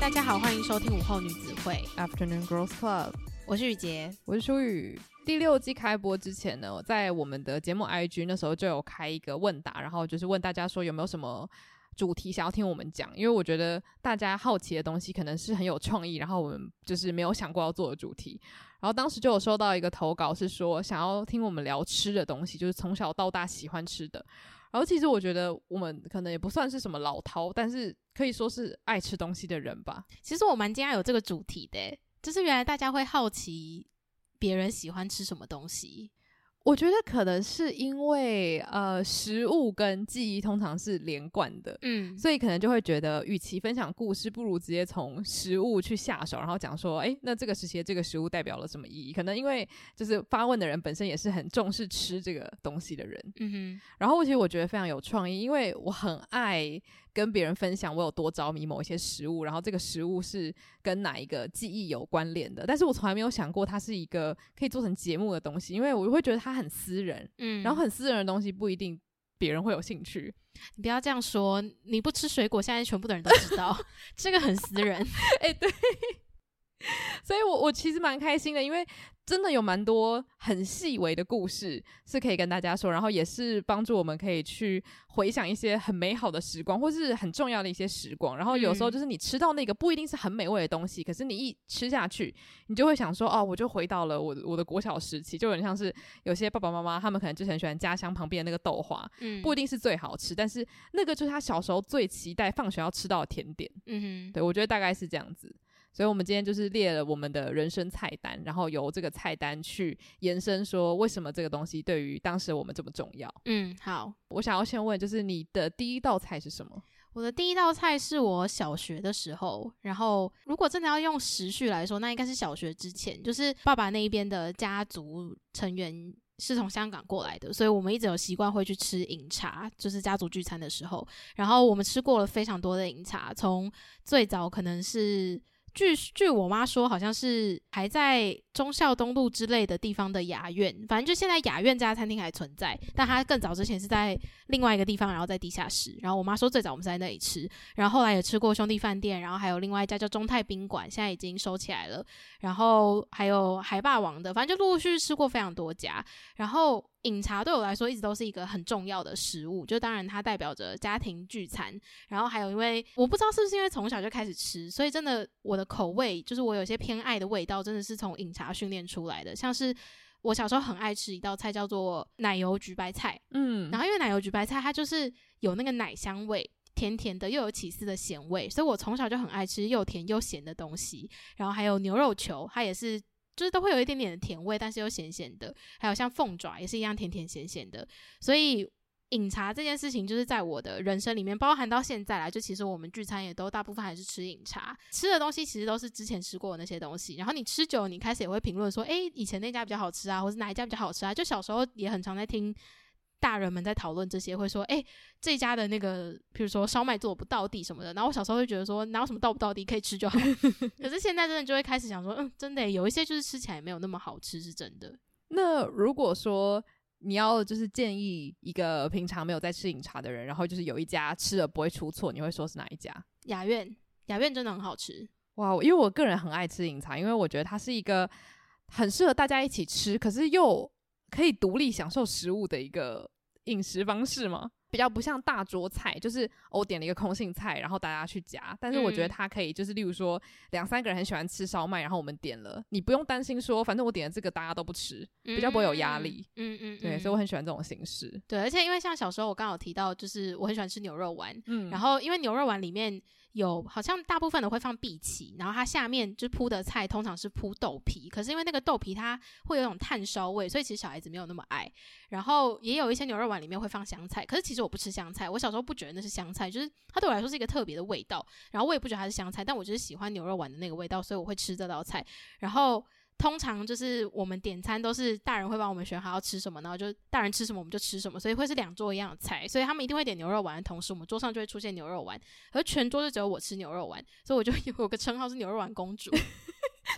大家好，欢迎收听午后女子会 Afternoon Girls Club， 我是雨洁， 我是舒雨。第6季开播之前呢，在我们的节目 IG 那时候就有开一个问答，然后就是问大家说有没有什么主题想要听我们讲，因为我觉得大家好奇的东西可能是很有创意，然后我们就是没有想过要做的主题。然后当时就有收到一个投稿是说想要听我们聊吃的东西，就是从小到大喜欢吃的。然后其实我觉得我们可能也不算是什么老饕，但是可以说是爱吃东西的人吧。 其实我蛮惊讶有这个主题的耶，就是原来大家会好奇别人喜欢吃什么东西。 我觉得可能是因为食物跟记忆通常是连贯的，所以可能就会觉得与其分享故事，不如直接从食物去下手，然后讲说那这个时期的这个食物代表了什么意义。可能因为就是发问的人本身也是很重视吃这个东西的人，然后其实我觉得非常有创意，因为我很爱跟别人分享我有多着迷某一些食物，然后这个食物是跟哪一个记忆有关联的，但是我从来没有想过它是一个可以做成节目的东西，因为我会觉得它很私人，然后很私人的东西不一定别人会有兴趣。 你不要这样说，你不吃水果现在全部的人都知道这个很私人对所以我其实蛮开心的，因为真的有蛮多很细微的故事是可以跟大家说，然后也是帮助我们可以去回想一些很美好的时光，或是很重要的一些时光。然后有时候就是你吃到那个不一定是很美味的东西，可是你一吃下去，你就会想说我就回到了我的国小时期，就有点像是有些爸爸妈妈他们可能就很喜欢家乡旁边的那个豆花，不一定是最好吃，但是那个就是他小时候最期待放学要吃到的甜点。对，我觉得大概是这样子。所以我们今天就是列了我们的人生菜单，然后由这个菜单去延伸说为什么这个东西对于当时我们这么重要。 好， 我想要先问，就是你的第一道菜是什么？ 我的第一道菜是我小学的时候，然后如果真的要用时序来说，那应该是小学之前，就是爸爸那一边的家族成员是从香港过来的，所以我们一直有习惯会去吃饮茶，就是家族聚餐的时候，然后我们吃过了非常多的饮茶，从最早可能是据我妈说好像是还在忠孝东路之类的地方的雅苑，反正就现在雅苑这家餐厅还存在，但它更早之前是在另外一个地方，然后在地下室，然后我妈说最早我们是在那里吃，然后后来也吃过兄弟饭店，然后还有另外一家叫中泰宾馆，现在已经收起来了，然后还有海霸王的，反正就陆陆续续吃过非常多家。然后饮茶对我来说一直都是一个很重要的食物，就当然它代表着家庭聚餐，然后还有因为我不知道是不是因为从小就开始吃，所以真的我的口味就是我有些偏爱的味道真的是从饮茶训练出来的，像是我小时候很爱吃一道菜叫做奶油焗白菜，然后因为奶油焗白菜它就是有那个奶香味，甜甜的又有起司的咸味，所以我从小就很爱吃又甜又咸的东西。然后还有牛肉球，它也是就是都会有一点点的甜味，但是又咸咸的，还有像凤爪也是一样甜甜咸咸的。所以饮茶这件事情就是在我的人生里面包含到现在啦，就其实我们聚餐也都大部分还是吃饮茶，吃的东西其实都是之前吃过的那些东西，然后你吃久你开始也会评论说以前那家比较好吃啊，或是哪一家比较好吃啊，就小时候也很常在听大人们在讨论这些，会说这家的那个比如说烧麦做不到地什么的，然后我小时候会觉得说哪有什么到不到地，可以吃就好可是现在真的就会开始想说真的有一些就是吃起来也没有那么好吃，是真的。那如果说你要就是建议一个平常没有在吃饮茶的人，然后就是有一家吃了不会出错，你会说是哪一家？ 雅苑真的很好吃。 哇，因为我个人很爱吃饮茶，因为我觉得它是一个很适合大家一起吃，可是又可以独立享受食物的一个饮食方式吗？比较不像大桌菜，就是我点了一个空心菜然后大家去夹，但是我觉得它可以就是例如说2-3个人很喜欢吃烧麦，然后我们点了，你不用担心说反正我点了这个大家都不吃，比较不会有压力。对，所以我很喜欢这种形式。 对，而且因为像小时候我刚好提到就是我很喜欢吃牛肉丸，然后因为牛肉丸里面有好像大部分的会放荸荠，然后它下面就铺的菜通常是铺豆皮，可是因为那个豆皮它会有一种炭烧味，所以其实小孩子没有那么爱。然后也有一些牛肉丸里面会放香菜，可是其实我不吃香菜，我小时候不觉得那是香菜，就是它对我来说是一个特别的味道，然后我也不觉得它是香菜，但我就是喜欢牛肉丸的那个味道，所以我会吃这道菜。然后通常就是我们点餐都是大人会帮我们选好要吃什么，然后就大人吃什么我们就吃什么，所以会是2桌一样的菜，所以他们一定会点牛肉丸的同时我们桌上就会出现牛肉丸，而全桌就只有我吃牛肉丸，所以我就有个称号是牛肉丸公主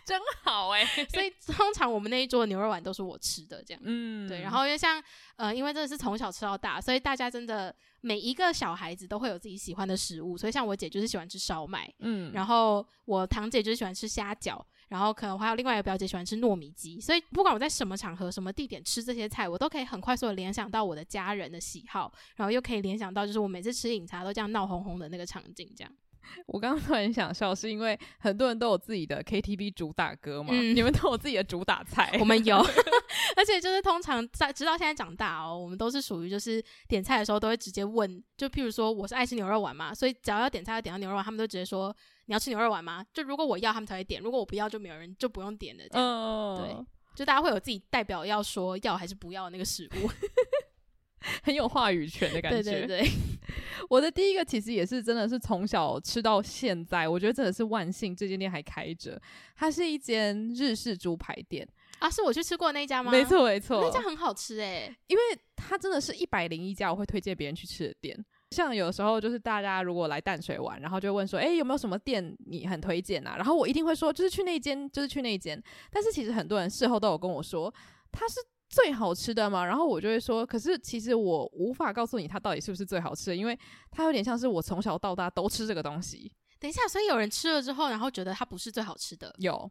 真好哎、 所以通常我们那一桌的牛肉丸都是我吃的这样。对，然后因为像因为真的是从小吃到大，所以大家真的每一个小孩子都会有自己喜欢的食物，所以像我姐就是喜欢吃烧麦，然后我堂姐就是喜欢吃虾饺，然后可能还有另外一个表姐喜欢吃糯米鸡，所以不管我在什么场合什么地点吃这些菜，我都可以很快速的联想到我的家人的喜好，然后又可以联想到就是我每次吃饮茶都这样闹哄哄的那个场景这样。 我刚刚突然想笑，是因为很多人都有自己的 KTV 主打歌嘛，你们都有自己的主打菜。 我们有，而且就是通常直到现在长大我们都是属于就是点菜的时候都会直接问，就譬如说我是爱吃牛肉丸嘛，所以只要点菜要点到牛肉丸，他们都直接说你要吃牛肉丸吗？就如果我要他们才会点，如果我不要就没有人就不用点的这样。对，就大家会有自己代表要说要还是不要的那个食物。 很有话语权的感觉。 对对对， 我的第一个其实也是真的是从小吃到现在，我觉得真的是万幸这间店还开着。它是一间日式猪排店啊，是我去吃过的那家吗？ 没错没错， 那家很好吃因为它真的是101家我会推荐别人去吃的店。像有时候就是大家如果来淡水玩，然后就会问说有没有什么店你很推荐啊，然后我一定会说就是去那间就是去那间，但是其实很多人事后都有跟我说它是最好吃的嘛，然后我就会说可是其实我无法告诉你它到底是不是最好吃的，因为它有点像是我从小到大都吃这个东西。 等一下，所以有人吃了之后然后觉得它不是最好吃的？ 有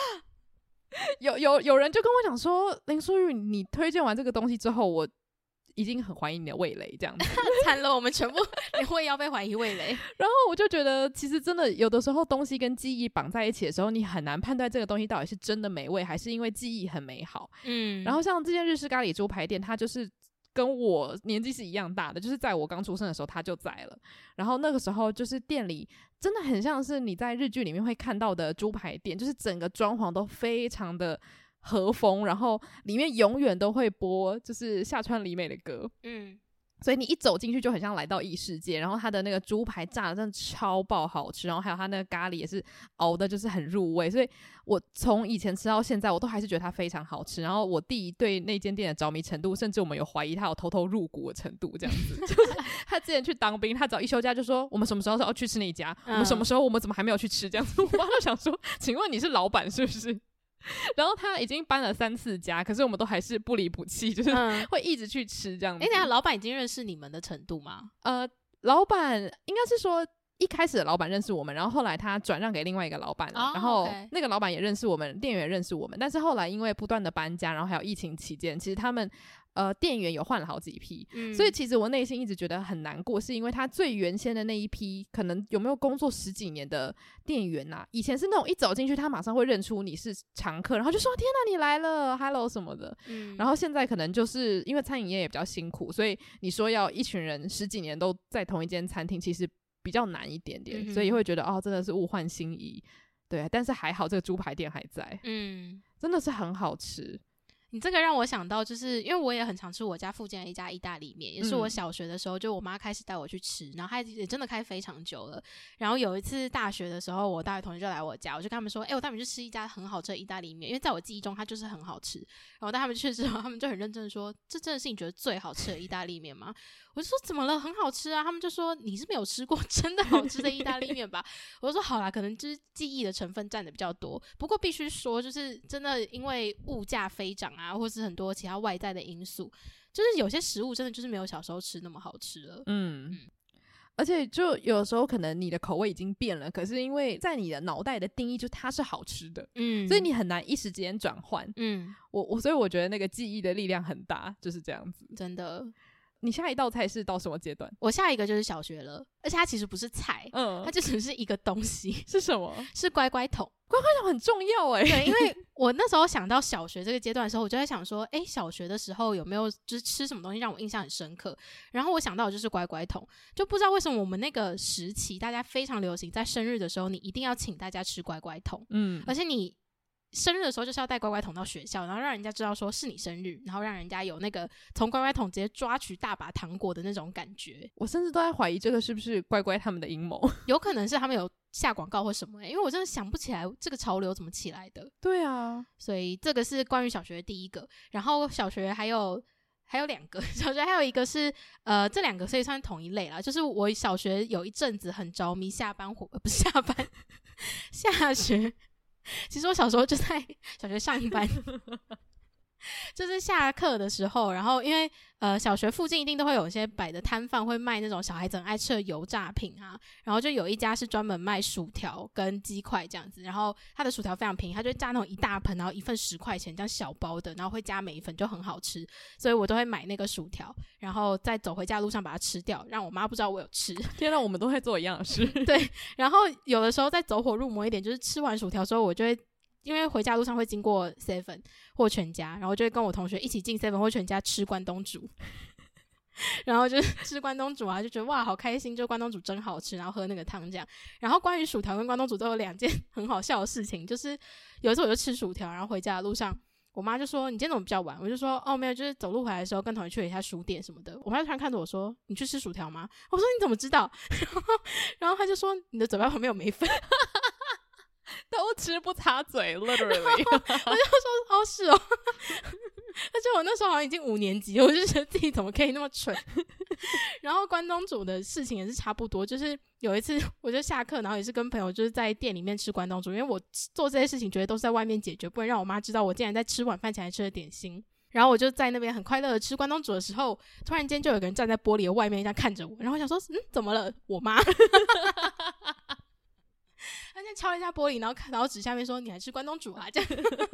人就跟我讲说林淑玉你推荐完这个东西之后我已经很怀疑你的味蕾这样子。 惨了，我们全部连胃要被怀疑味蕾。 然后我就觉得其实真的有的时候东西跟记忆绑在一起的时候，你很难判断这个东西到底是真的美味还是因为记忆很美好。然后像这间日式咖喱猪排店，它就是跟我年纪是一样大的，就是在我刚出生的时候它就在了。然后那个时候就是店里真的很像是你在日剧里面会看到的猪排店，就是整个装潢都非常的和风，然后里面永远都会播就是夏川里美的歌。所以你一走进去就很像来到异世界，然后它的那个猪排炸的真的超爆好吃，然后还有它那个咖喱也是熬的就是很入味，所以我从以前吃到现在我都还是觉得它非常好吃。然后我弟对那间店的着迷程度，甚至我们有怀疑他有偷偷入股的程度这样子。就是他之前去当兵，他只要一休假就说我们什么时候要去吃那一家，我们什么时候我们怎么还没有去吃这样子。我妈就想说请问你是老板是不是？然后他已经搬了3-4家，可是我们都还是不离不弃，就是会一直去吃这样子。 等一下，老板已经认识你们的程度吗？ 老板应该是说一开始的老板认识我们，然后后来他转让给另外一个老板了，然后那个老板也认识我们，店员也认识我们，但是后来因为不断的搬家，然后还有疫情期间，其实他们店员有换了好几批，所以其实我内心一直觉得很难过，是因为他最原先的那一批可能有没有工作10几年的店员啊，以前是那种一走进去他马上会认出你是常客，然后就说天哪你来了 hello 什么的，然后现在可能就是因为餐饮业也比较辛苦，所以你说要一群人10几年都在同一间餐厅其实比较难一点点，所以会觉得真的是物换星移。对，但是还好这个猪排店还在，真的是很好吃。 你这个让我想到，就是因为我也很常吃我家附近的一家意大利面，也是我小学的时候就我妈开始带我去吃，然后她也真的开非常久了。然后有一次大学的时候，我大学同学就来我家，我就跟他们说我带你们去吃一家很好吃的意大利面，因为在我记忆中它就是很好吃。然后带他们去之后，他们就很认真的说，这真的是你觉得最好吃的意大利面吗？我就说怎么了，很好吃啊。他们就说你是没有吃过真的好吃的意大利面吧。我就说好啦，可能就是记忆的成分占的比较多，不过必须说就是真的因为物价飞涨啊，或是很多其他外在的因素，就是有些食物真的就是没有小时候吃那么好吃了。 而且就有时候可能你的口味已经变了，可是因为在你的脑袋的定义就它是好吃的，所以你很难一时间转换。所以我觉得那个记忆的力量很大，就是这样子， 真的。 你下一道菜是到什么阶段？ 我下一个就是小学了，而且它其实不是菜，它就只是一个东西。 是什么？ 是乖乖桶。 乖乖桶很重要对，因为我那时候想到小学这个阶段的时候，我就在想说小学的时候有没有就是吃什么东西让我印象很深刻，然后我想到的就是乖乖桶。就不知道为什么我们那个时期大家非常流行在生日的时候你一定要请大家吃乖乖桶，而且你生日的时候就是要带乖乖桶到学校，然后让人家知道说是你生日，然后让人家有那个从乖乖桶直接抓取大把糖果的那种感觉。 我甚至都在怀疑这个是不是乖乖他们的阴谋， 有可能是他们有下广告或什么因为我真的想不起来这个潮流怎么起来的。 对啊， 所以这个是关于小学的第一个。然后小学还有2个，小学还有一个是这2个所以算同一类啦，就是我小学有一阵子很着迷下学其实我小时候就在小学上一班就是下课的时候，然后因为小学附近一定都会有一些摆的摊贩会卖那种小孩子很爱吃的油炸品啊，然后就有一家是专门卖薯条跟鸡块这样子，然后它的薯条非常便宜，它就会炸那种一大盆，然后一份10块钱这样小包的，然后会加每一份就很好吃，所以我都会买那个薯条，然后在走回家的路上把它吃掉，让我妈不知道我有吃。 天哪，我们都会做一样的事。 对，然后有的时候再走火入魔一点，就是吃完薯条之后，我就会因为回家路上会经过 Seven 或全家，然后就会跟我同学一起进 Seven 或全家吃关东煮然后就是吃关东煮啊，就觉得哇好开心，就关东煮真好吃，然后喝那个汤这样。然后关于薯条跟关东煮都有2件很好笑的事情，就是有一次我就吃薯条，然后回家的路上我妈就说你今天怎么比较晚，我就说哦没有，就是走路回来的时候跟同学去了一下书店什么的。我妈就突然看着我说你去吃薯条吗？我说你怎么知道然后她就说你的嘴巴旁边有眉粉都吃不擦嘴 literally 我就说哦是哦而且我那时候好像已经5年级了，我就觉得自己怎么可以那么蠢然后关东煮的事情也是差不多，就是有一次我就下课，然后也是跟朋友就是在店里面吃关东煮，因为我做这些事情觉得都是在外面解决，不能让我妈知道我竟然在吃晚饭前还吃了点心。然后我就在那边很快乐的吃关东煮的时候，突然间就有个人站在玻璃的外面这样看着我，然后我想说怎么了，我妈他先敲了一下玻璃，然后指下面说你还吃关东煮啊这样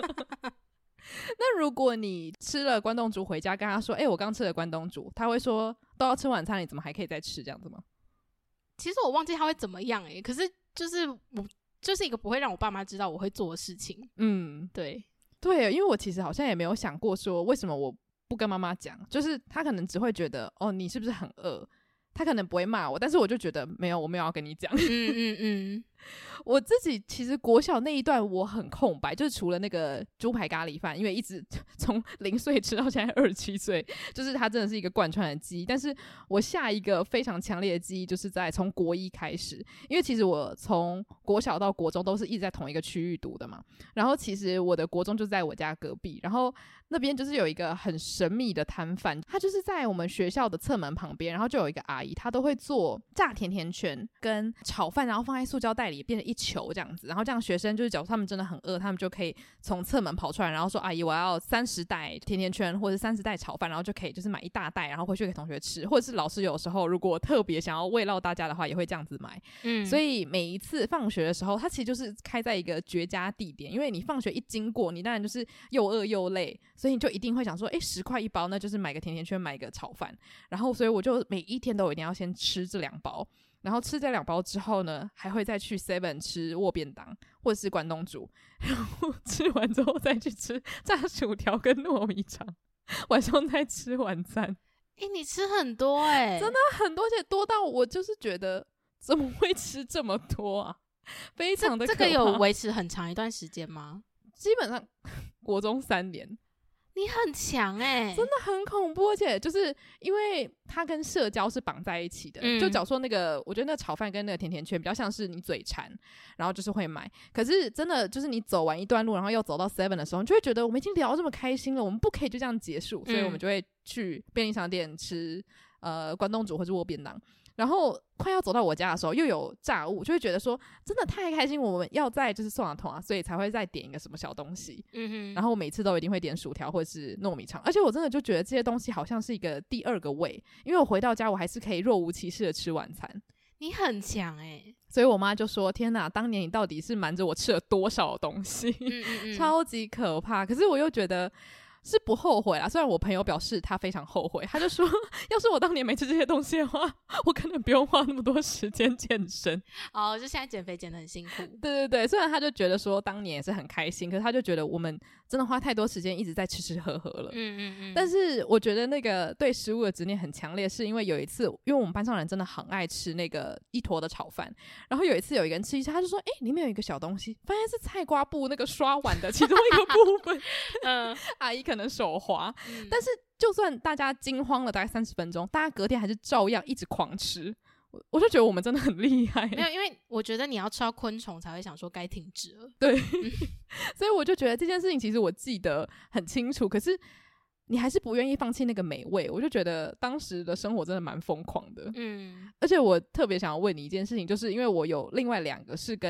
那如果你吃了关东煮回家跟他说我刚吃了关东煮，他会说都要吃晚餐了，你怎么还可以再吃这样子吗？ 其实我忘记他会怎么样可是就是我就是一个不会让我爸妈知道我会做的事情。对， 因为我其实好像也没有想过说为什么我不跟妈妈讲，就是他可能只会觉得你是不是很饿，他可能不会骂我，但是我就觉得没有，我没有要跟你讲我自己其实国小那一段我很空白，就是除了那个猪排咖喱饭，因为一直从0岁吃到现在27岁，就是它真的是一个贯穿的记忆。但是我下一个非常强烈的记忆就是在从国1开始，因为其实我从国小到国中都是一直在同一个区域读的嘛，然后其实我的国中就在我家隔壁，然后那边就是有一个很神秘的摊贩，他就是在我们学校的侧门旁边，然后就有一个阿姨，她都会做炸甜甜圈跟炒饭，然后放在塑胶袋里变成一球这样子，然后这样学生就是假如他们真的很饿，他们就可以从侧门跑出来，然后说阿姨我要30袋甜甜圈或者30袋炒饭，然后就可以就是买一大袋，然后回去给同学吃，或者是老师有时候如果特别想要慰劳大家的话也会这样子买。所以每一次放学的时候，它其实就是开在一个绝佳地点，因为你放学一经过，你当然就是又饿又累，所以你就一定会想说10块1包，那就是买个甜甜圈买个炒饭，然后所以我就每一天都一定要先吃这2包，然后吃这2包之后呢，还会再去 Seven 吃握便当或者是关东煮，然后吃完之后再去吃炸薯条跟糯米肠，晚上再吃晚餐。 你吃很多真的很多，而且多到我就是觉得怎么会吃这么多啊，非常的可怕。 这个有维持很长一段时间吗？ 基本上国中3年。 你很强真的很恐怖，而且就是因为它跟社交是绑在一起的，就假如说那个我觉得那个炒饭跟那个甜甜圈比较像是你嘴馋然后就是会买，可是真的就是你走完一段路然后又走到 Seven 的时候，你就会觉得我们已经聊这么开心了，我们不可以就这样结束，所以我们就会去便利商店吃关东煮或是握便当，然后快要走到我家的时候又有炸物，就会觉得说真的太开心，我们要再就是送桶啊，所以才会再点一个什么小东西。然后我每次都一定会点薯条或者是糯米肠，而且我真的就觉得这些东西好像是一个第2个胃，因为我回到家我还是可以若无其事的吃晚餐。 你很强所以我妈就说天哪，当年你到底是瞒着我吃了多少东西超级可怕。可是我又觉得是不后悔啦，虽然我朋友表示他非常后悔，他就说要是我当年没吃这些东西的话，我可能不用花那么多时间健身就现在减肥减得很辛苦。 对，虽然他就觉得说当年也是很开心，可是他就觉得我们真的花太多时间一直在吃吃喝喝了。但是我觉得那个对食物的执念很强烈，是因为有一次因为我们班上人真的很爱吃那个一坨的炒饭，然后有一次有一个人吃一吃，他就说里面有一个小东西，发现是菜瓜布那个刷碗的其中一个部分阿姨可能手滑但是就算大家惊慌了大概30分钟，大家隔天还是照样一直狂吃，我就觉得我们真的很厉害。 没有，因为我觉得你要吃到昆虫才会想说该停止了。 对所以我就觉得这件事情其实我记得很清楚，可是你还是不愿意放弃那个美味，我就觉得当时的生活真的蛮疯狂的。而且我特别想要问你一件事情，就是因为我有另外2个是跟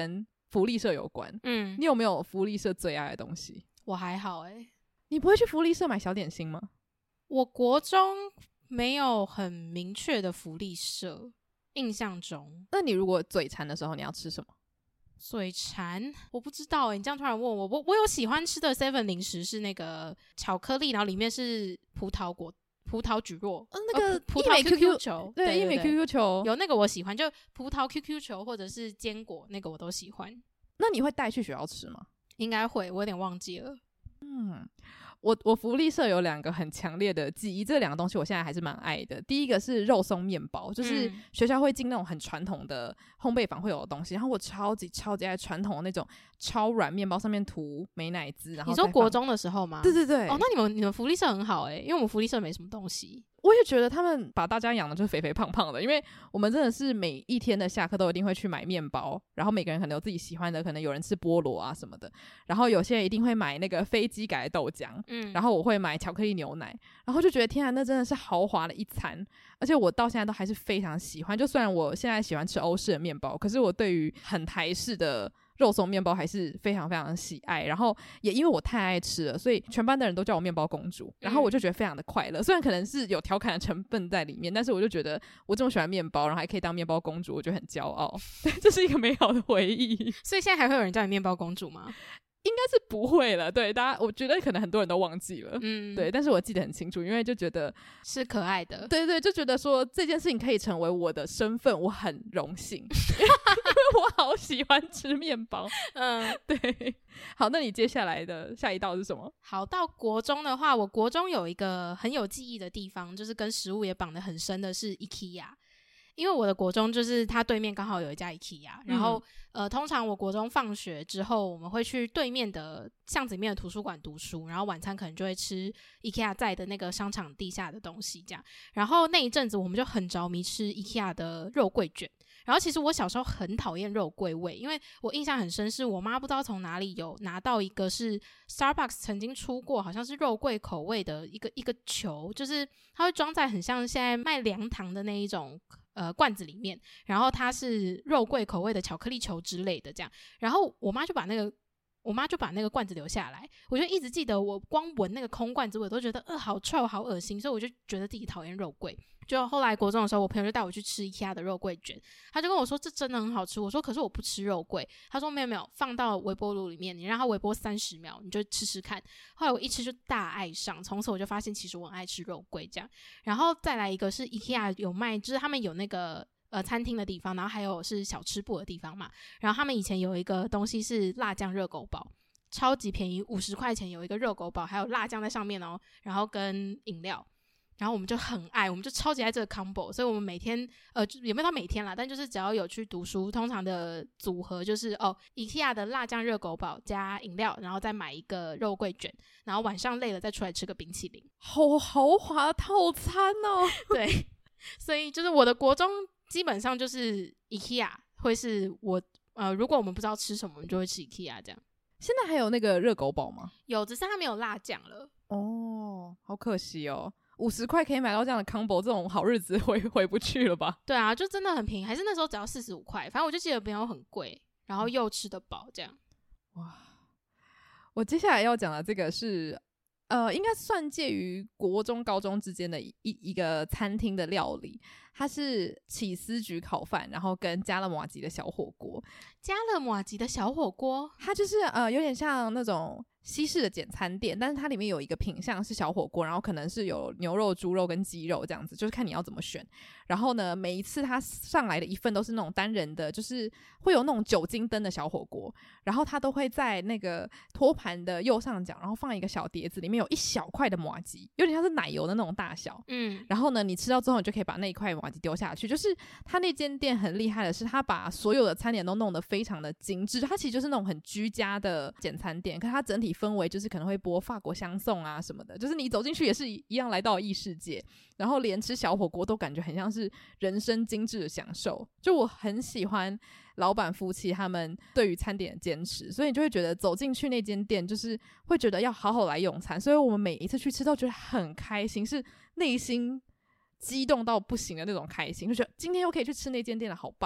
福利社有关，你有没有福利社最爱的东西？ 我还好你不会去福利社买小点心吗？ 我国中没有很明确的福利社，印象中。 那你如果嘴馋的时候，你要吃什么？ 嘴馋，我不知道你这样突然问我有喜欢吃的 Seven 零食是那个巧克力，然后里面是葡萄蒟蒻， 那个葡萄 QQ 球， 对，一美 QQ 球， 有那个我喜欢，就葡萄 QQ 球或者是坚果，那个我都喜欢。 那你会带去学校吃吗？ 应该会，我有点忘记了。 我福利社有2个很强烈的记忆，这2个东西我现在还是蛮爱的。第一个是肉松面包，就是学校会进那种很传统的烘焙坊会有的东西，然后我超级爱传统的那种超软面包，上面涂美乃滋。然后你说国中的时候吗？ 对对对。 哦，那你们福利社很好因为我们福利社没什么东西。 我也觉得他们把大家养的就是肥肥胖胖的，因为我们真的是每一天的下课都一定会去买面包，然后每个人可能有自己喜欢的，可能有人吃菠萝啊什么的，然后有些人一定会买那个飞机改的豆浆，然后我会买巧克力牛奶，然后就觉得天啊，那真的是豪华的一餐，而且我到现在都还是非常喜欢。就虽然我现在喜欢吃欧式的面包，可是我对于很台式的肉松面包还是非常非常喜爱，然后也因为我太爱吃了，所以全班的人都叫我面包公主，然后我就觉得非常的快乐。虽然可能是有调侃的成分在里面，但是我就觉得我这么喜欢面包，然后还可以当面包公主，我觉得很骄傲。对，这是一个美好的回忆。 所以现在还会有人叫你面包公主吗？ 应该是不会了，对，大家我觉得可能很多人都忘记了，对，但是我记得很清楚，因为就觉得是可爱的， 对对，就觉得说这件事情可以成为我的身份，我很荣幸，因为我好喜欢吃面包，对。好，那你接下来的下一道是什么？ 好，到国中的话，我国中有一个很有记忆的地方，就是跟食物也绑得很深的是 IKEA。因为我的国中就是它对面刚好有一家 IKEA，然后通常我国中放学之后，我们会去对面的巷子里面的图书馆读书，然后晚餐可能就会吃 IKEA 在的那个商场地下的东西这样。然后那一阵子我们就很着迷吃 IKEA 的肉桂卷。然后其实我小时候很讨厌肉桂味，因为我印象很深是我妈不知道从哪里有拿到一个是 Starbucks 曾经出过好像是肉桂口味的一个球，就是它会装在很像现在卖凉糖的那一种罐子里面，然后它是肉桂口味的巧克力球之类的这样。然后我妈就把那个罐子留下来，我就一直记得我光闻那个空罐子我都觉得好臭好恶心，所以我就觉得自己讨厌肉桂。就后来国中的时候，我朋友就带我去吃 IKEA 的肉桂卷，他就跟我说这真的很好吃，我说可是我不吃肉桂，他说没有，放到微波炉里面，你让它微波30秒，你就吃吃看。后来我一吃就大爱上，从此我就发现其实我很爱吃肉桂这样。然后再来一个是 IKEA 有卖，就是他们有那个餐厅的地方，然后还有是小吃部的地方嘛。然后他们以前有一个东西是辣酱热狗堡，超级便宜，50块钱有一个热狗堡，还有辣酱在上面然后跟饮料。然后我们就很爱，我们就超级爱这个 combo， 所以我们每天也没有到每天啦，但就是只要有去读书，通常的组合就是IKEA 的辣酱热狗堡加饮料，然后再买一个肉桂卷，然后晚上累了再出来吃个冰淇淋， 好豪华的套餐哦。 对，所以就是我的国中基本上就是 IKEA 会是我如果我们不知道吃什么，我们就会吃 IKEA 这样。 现在还有那个热狗堡吗？ 有，只是它没有辣酱了。 好可惜哦。50块可以买到这样的 combo， 这种好日子回不去了吧？ 对啊，就真的很便宜，还是那时候只要45块，反正我就记得没有很贵，然后又吃得饱这样。 哇，我接下来要讲的这个是应该算介于国中高中之间的一个餐厅的料理，它是起司焗烤饭，然后跟加了麻吉的小火锅。 加了麻吉的小火锅， 它就是有点像那种西式的简餐店，但是它里面有一个品项是小火锅，然后可能是有牛肉、猪肉跟鸡肉这样子，就是看你要怎么选。然后呢，每一次它上来的一份都是那种单人的，就是会有那种酒精灯的小火锅，然后它都会在那个托盘的右上角，然后放一个小碟子，里面有一小块的麻吉，有点像是奶油的那种大小。然后呢，你吃到之后，你就可以把那一块麻吉丢下去。就是它那间店很厉害的是，它把所有的餐点都弄得非常的精致，它其实就是那种很居家的简餐店，可是它整体氛围就是可能会播法国香颂啊什么的，就是你走进去也是一样来到异世界，然后连吃小火锅都感觉很像是人生精致的享受。就我很喜欢老板夫妻他们对于餐点的坚持，所以你就会觉得走进去那间店就是会觉得要好好来用餐，所以我们每一次去吃都觉得很开心，是内心激动到不行的那种开心，就觉得今天又可以去吃那间店了，好棒。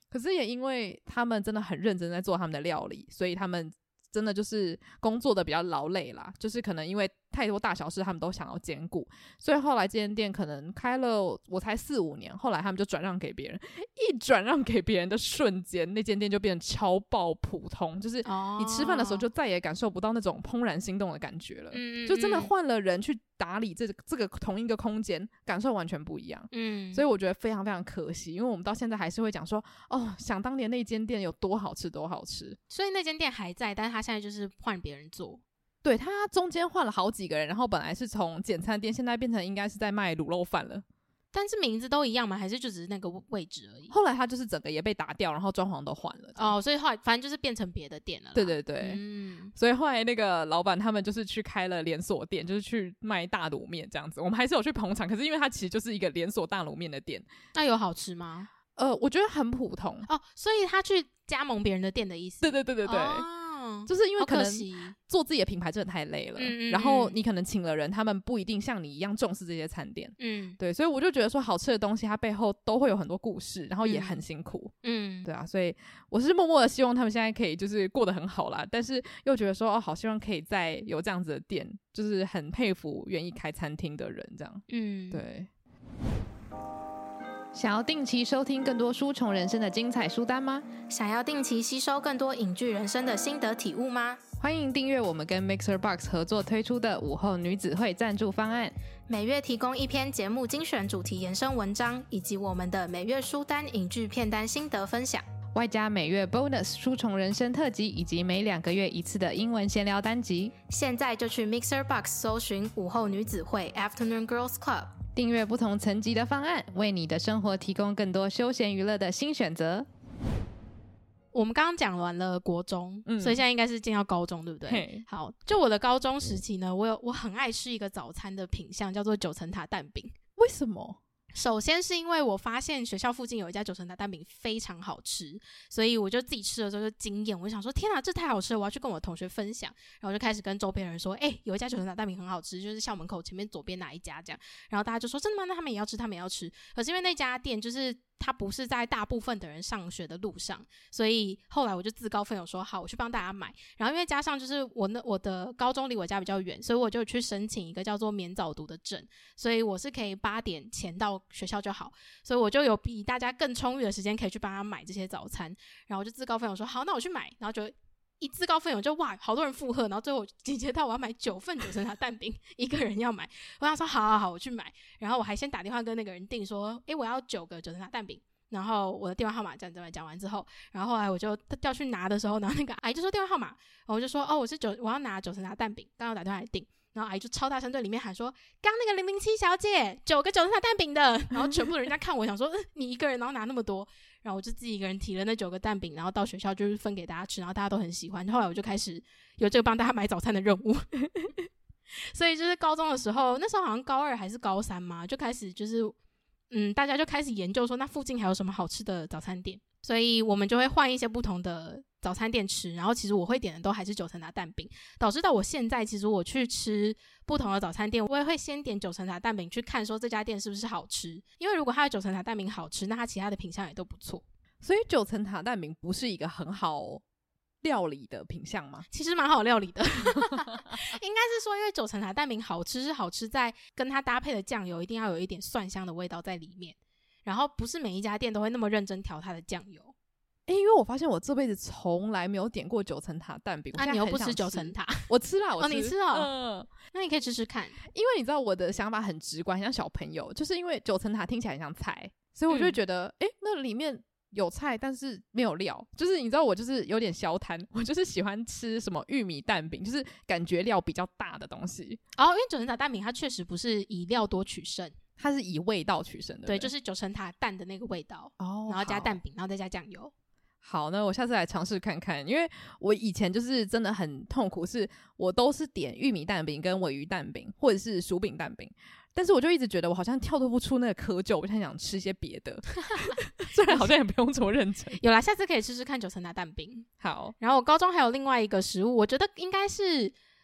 可是也因为他们真的很认真在做他们的料理，所以他们真的就是工作的比较劳累啦，就是可能因为太多大小事他们都想要兼顾，所以后来这间店可能开了我才4-5年，后来他们就转让给别人，一转让给别人的瞬间，那间店就变成超爆普通，就是你吃饭的时候就再也感受不到那种怦然心动的感觉了，就真的换了人去打理这个同一个空间，感受完全不一样。所以我觉得非常非常可惜，因为我们到现在还是会讲说，哦，想当年那间店有多好吃多好吃。 所以那间店还在，但是他现在就是换别人做。 对，他中间换了好几个人，然后本来是从简餐店，现在变成应该是在卖卤肉饭了。 但是名字都一样吗？还是就只是那个位置而已？ 后来他就是整个也被打掉，然后装潢都换了。 所以后来反正就是变成别的店了啦。 对对对，所以后来那个老板他们就是去开了连锁店，就是去卖大卤面这样子。我们还是有去捧场，可是因为它其实就是一个连锁大卤面的店。 那有好吃吗？ 我觉得很普通。 所以他去加盟别人的店的意思。 对对对对对。就是因为可能做自己的品牌真的太累了，然后你可能请了人，他们不一定像你一样重视这些餐点，对，所以我就觉得说好吃的东西它背后都会有很多故事，然后也很辛苦，对啊，所以我是默默的希望他们现在可以就是过得很好啦，但是又觉得说好希望可以再有这样子的店，就是很佩服愿意开餐厅的人这样，对。想要定期收听更多书虫人生的精彩书单吗？ 想要定期吸收更多影剧人生的心得体悟吗？ 欢迎订阅我们跟 MixerBox 合作推出的午后女子会赞助方案， 每月提供一篇节目精选主题延伸文章，以及我们的每月书单、影剧片单心得分享， 外加每月 bonus 书虫人生特辑，以及每2个月一次的英文闲聊单集。 现在就去 MixerBox 搜寻午后女子会 Afternoon Girls Club， 订阅不同层级的方案，为你的生活提供更多休闲娱乐的新选择。 我们刚刚讲完了国中，所以现在应该是进到高中，对不对？好，就我的高中时期呢，我很爱吃一个早餐的品项，叫做9层塔蛋饼。 为什么？ 首先是因为我发现学校附近有一家9层塔蛋饼非常好吃，所以我就自己吃的时候就惊艳，我就想说天啊，这太好吃了，我要去跟我同学分享，然后就开始跟周边人说，有一家9层塔蛋饼很好吃，就是校门口前面左边哪一家这样，然后大家就说真的吗？那他们也要吃，他们也要吃。可是因为那家店就是它不是在大部分的人上学的路上，所以后来我就自告奋勇说好，我去帮大家买。然后因为加上就是我的高中离我家比较远，所以我就去申请一个叫做免早读的证，所以我是可以8点前到学校就好，所以我就有比大家更充裕的时间可以去帮他买这些早餐。然后我就自告奋勇说好，那我去买，然后就一自告奋勇就哇，好多人附和，然后最后集结到我要买9份9层塔蛋饼，一个人要买。我想说好，我去买。然后我还先打电话跟那个人订说，我要9个9层塔蛋饼。然后我的电话号码讲完之后，然后后来我就要去拿的时候，然后那个阿姨就说电话号码，然后我就说我要拿9层塔蛋饼，刚刚打电话来订。然后阿姨就超大声对里面喊说，刚那个007小姐9个9层塔蛋饼的。然后全部的人家看我想说你一个人然后拿那么多，然后我就自己一个人提了那9个蛋饼，然后到学校就是分给大家吃，然后大家都很喜欢。后来我就开始有这个帮大家买早餐的任务所以就是高中的时候，那时候好像高2还是高3嘛，就开始就是大家就开始研究说那附近还有什么好吃的早餐店，所以我们就会换一些不同的早餐店吃，然后其实我会点的都还是9层塔蛋饼，导致到我现在其实我去吃不同的早餐店，我也会先点9层塔蛋饼去看说这家店是不是好吃，因为如果它的9层塔蛋饼好吃，那它其他的品项也都不错。 所以9层塔蛋饼不是一个很好料理的品项吗？ 其实蛮好料理的应该是说因为9层塔蛋饼好吃是好吃在跟它搭配的酱油一定要有一点蒜香的味道在里面，然后不是每一家店都会那么认真调它的酱油。 因为我发现我这辈子从来没有点过9层塔蛋饼。 你又不吃9层塔？ 我吃啦， 你吃那你可以吃吃看。 因为你知道我的想法很直观，很像小朋友，就是因为9层塔听起来很像菜，所以我就会觉得那里面有菜但是没有料，就是你知道我就是有点小贪，我就是喜欢吃什么玉米蛋饼，就是感觉料比较大的东西。 因为9层塔蛋饼它确实不是以料多取胜， 它是以味道取胜的。 对，就是9层塔蛋的那个味道，然后加蛋饼，然后再加酱油。 好，那我下次来尝试看看，因为我以前就是真的很痛苦，是我都是点玉米蛋饼跟鲔鱼蛋饼或者是薯饼蛋饼，但是我就一直觉得我好像跳脱不出那个窠臼，我就想吃些别的虽然好像也不用这么认真。 有啦，下次可以试试看9层塔蛋饼。 好， 然后我高中还有另外一个食物，我觉得应该是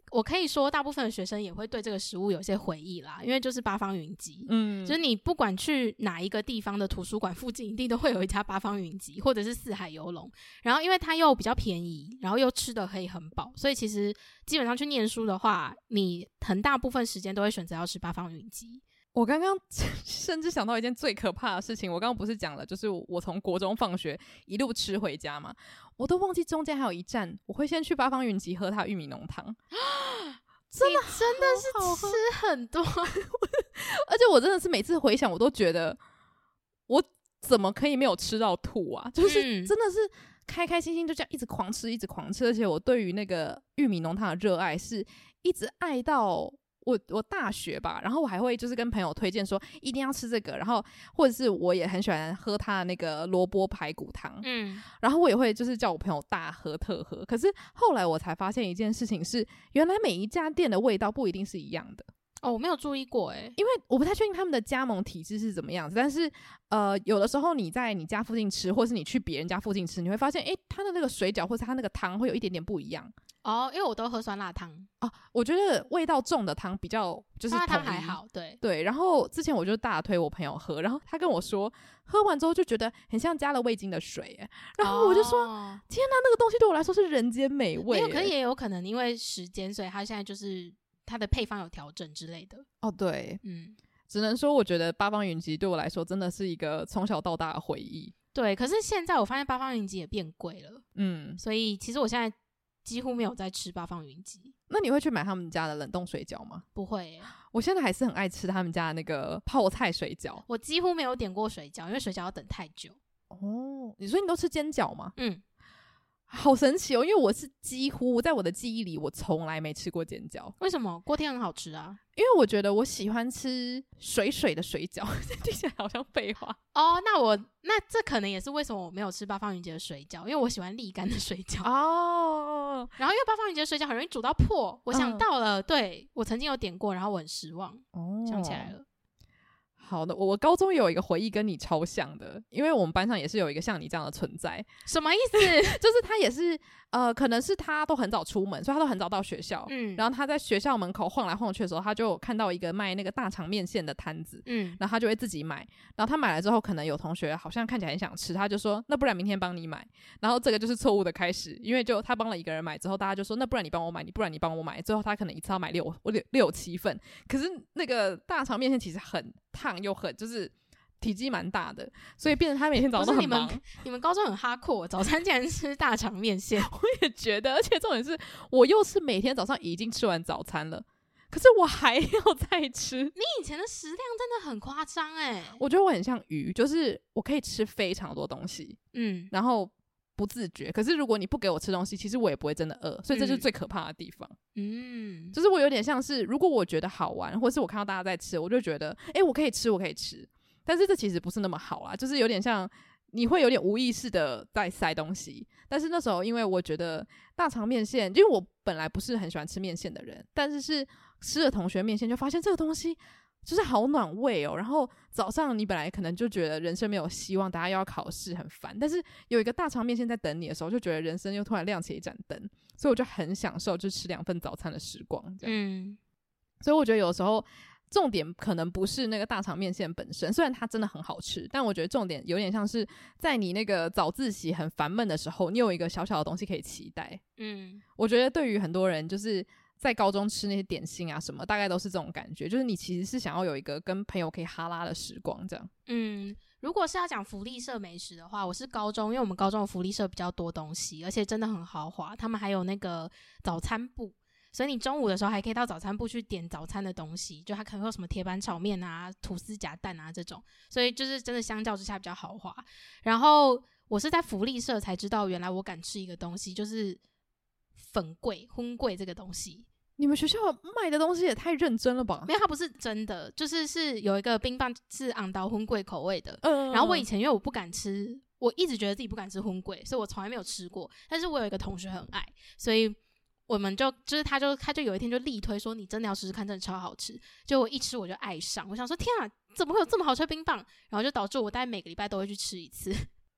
我可以说大部分的学生也会对这个食物有些回忆啦，因为就是八方云集，就是你不管去哪一个地方的图书馆附近一定都会有一家八方云集或者是四海游龙，然后因为它又比较便宜，然后又吃的可以很饱，所以其实基本上去念书的话，你很大部分时间都会选择要吃八方云集。 我刚刚甚至想到一件最可怕的事情，我刚刚不是讲了，就是我从国中放学一路吃回家嘛，我都忘记中间还有一站，我会先去八方云集喝它玉米浓汤。 真的是吃很多而且我真的是每次回想我都觉得我怎么可以没有吃到吐啊，就是真的是开开心心就这样一直狂吃一直狂吃，而且我对于那个玉米浓汤的热爱是一直爱到我大学吧，然后我还会就是跟朋友推荐说一定要吃这个，然后或者是我也很喜欢喝它的那个萝卜排骨汤，然后我也会就是叫我朋友大喝特喝。可是后来我才发现一件事情是，原来每一家店的味道不一定是一样的。 哦，我没有注意过因为我不太确定他们的加盟体制是怎么样子，但是有的时候你在你家附近吃，或是你去别人家附近吃，你会发现它的那个水饺或是它那个汤会有一点点不一样。 因为我都喝酸辣汤我觉得味道重的汤比较就是统一， 酸辣汤还好， 对。然后之前我就大推我朋友喝，然后他跟我说喝完之后就觉得很像加了味精的水然后我就说天哪，那个东西对我来说是人间美味可是也有可能因为时间，所以他现在就是它的配方有调整之类的。 对，只能说我觉得八方云集对我来说真的是一个从小到大的回忆。 对，可是现在我发现八方云集也变贵了，所以其实我现在几乎没有在吃八方云集。 那你会去买他们家的冷冻水饺吗？ 不会我现在还是很爱吃他们家的那个泡菜水饺。 我几乎没有点过水饺，因为水饺要等太久。 所以你都吃煎饺吗？好神奇因为我是几乎在我的记忆里我从来没吃过煎饺。 为什么？锅贴很好吃啊。 因为我觉得我喜欢吃水水的水饺听起来好像废话那这可能也是为什么我没有吃八方云集的水饺，因为我喜欢沥干的水饺然后因为八方云集的水饺很容易煮到破，我想到了对，我曾经有点过，然后我很失望想起来了。 好的，我高中有一个回忆跟你超像的，因为我们班上也是有一个像你这样的存在。 什么意思？ 就是他也是可能是他都很早出门，所以他都很早到学校，然后他在学校门口晃来晃去的时候，他就看到一个卖那个大肠面线的摊子，然后他就会自己买，然后他买了之后可能有同学好像看起来很想吃，他就说那不然明天帮你买，然后这个就是错误的开始，因为就他帮了一个人买之后，大家就说那不然你帮我买，不然你帮我买，最后他可能一次要买六七份，可是那个大肠面线其实很烫又很就是体积蛮大的，所以变成他每天早上都很忙。 你们高中很哈扣，早餐竟然吃大肠面线我也觉得，而且重点是我又是每天早上已经吃完早餐了，可是我还要再吃。 你以前的食量真的很夸张我觉得我很像鱼，就是我可以吃非常多东西然后不自觉，可是如果你不给我吃东西，其实我也不会真的饿，所以这就是最可怕的地方就是我有点像是如果我觉得好玩，或是我看到大家在吃，我就觉得我可以吃，但是这其实不是那么好啦，就是有点像你会有点无意识的在塞东西。但是那时候因为我觉得大肠面线，因为我本来不是很喜欢吃面线的人，但是吃了同学面线就发现这个东西就是好暖胃然后早上你本来可能就觉得人生没有希望，大家又要考试很烦，但是有一个大肠面线在等你的时候，就觉得人生又突然亮起一盏灯，所以我就很享受就吃2份早餐的时光这样所以我觉得有时候重点可能不是那个大肠面线本身，虽然它真的很好吃，但我觉得重点有点像是在你那个早自习很烦闷的时候，你有一个小小的东西可以期待我觉得对于很多人就是在高中吃那些点心啊什么，大概都是这种感觉，就是你其实是想要有一个跟朋友可以哈拉的时光这样如果是要讲福利社美食的话，我是高中，因为我们高中的福利社比较多东西，而且真的很豪华，他们还有那个早餐部，所以你中午的时候还可以到早餐部去点早餐的东西，就它可能会有什么铁板炒面啊、吐司夹蛋啊这种，所以就是真的相较之下比较豪华。然后我是在福利社才知道，原来我敢吃一个东西，就是粉桂、荤桂这个东西。 你们学校卖的东西也太认真了吧？ 没有，它不是真的，就是有一个冰棒是昂刀荤桂口味的然后我以前因为我不敢吃，我一直觉得自己不敢吃荤桂，所以我从来没有吃过，但是我有一个同学很爱，所以我们就是他就有一天就力推说你真的要试试看，真的超好吃，就我一吃我就爱上，我想说天啊，怎么会有这么好吃的冰棒，然后就导致我大概每个礼拜都会去吃一次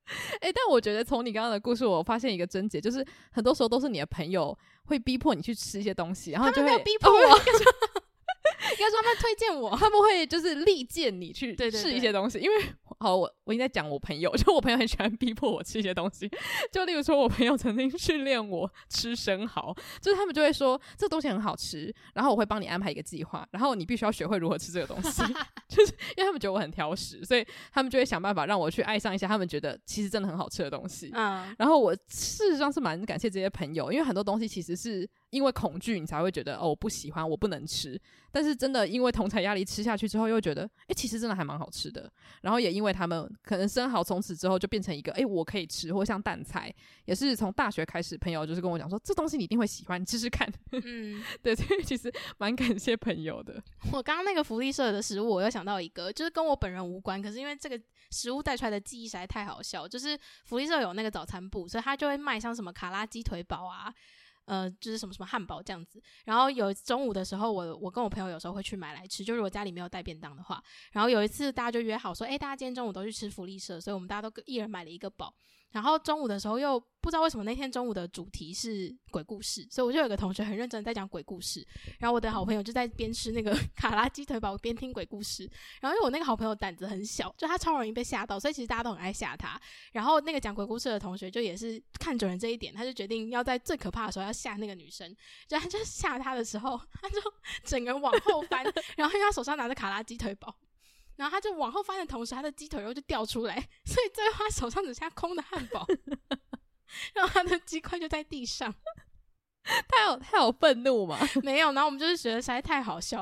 但我觉得从你刚刚的故事，我发现一个症结，就是很多时候都是你的朋友会逼迫你去吃一些东西，然后就会他们没有逼迫我，应该说他们推荐我， 他们会就是力荐你去试一些东西。因为好，我已经在讲我朋友，就我朋友很喜欢逼迫我吃一些东西，就例如说我朋友曾经训练我吃生蚝，就是他们就会说这个东西很好吃，然后我会帮你安排一个计划，然后你必须要学会如何吃这个东西就是因为他们觉得我很挑食，所以他们就会想办法让我去爱上一些他们觉得其实真的很好吃的东西。然后我事实上是蛮感谢这些朋友，因为很多东西其实是因为恐惧你才会觉得我不喜欢，我不能吃，但是真的因为同侪压力吃下去之后又会觉得其实真的还蛮好吃的。然后也因为他们可能生蚝从此之后就变成一个我可以吃，或像蛋菜也是从大学开始朋友就是跟我讲说这东西你一定会喜欢，你吃吃看对，所以其实蛮感谢朋友的。 我刚刚那个福利社的食物我又想到一个，就是跟我本人无关，可是因为这个食物带出来的记忆实在太好笑，就是福利社有那个早餐部，所以他就会卖像什么卡拉鸡腿堡啊就是什么什么汉堡这样子。然后有中午的时候我跟我朋友有时候会去买来吃，就如果家里没有带便当的话。然后有一次大家就约好说大家今天中午都去吃福利社，所以我们大家都一人买了一个堡。然后中午的时候又不知道为什么那天中午的主题是鬼故事，所以我就有个同学很认真在讲鬼故事，然后我的好朋友就在边吃那个卡拉鸡腿堡边听鬼故事。然后因为我那个好朋友胆子很小，就他超容易被吓到，所以其实大家都很爱吓他。然后那个讲鬼故事的同学就也是看准了这一点，他就决定要在最可怕的时候要吓那个女生，就他就吓他的时候他就整个人往后翻然后因为他手上拿着卡拉鸡腿堡，然后他就往后翻的同时他的鸡腿肉就掉出来，所以最后他手上只剩下空的汉堡然后他的鸡块就在地上他有愤怒吗？ 没有，然后我们就是觉得实在太好笑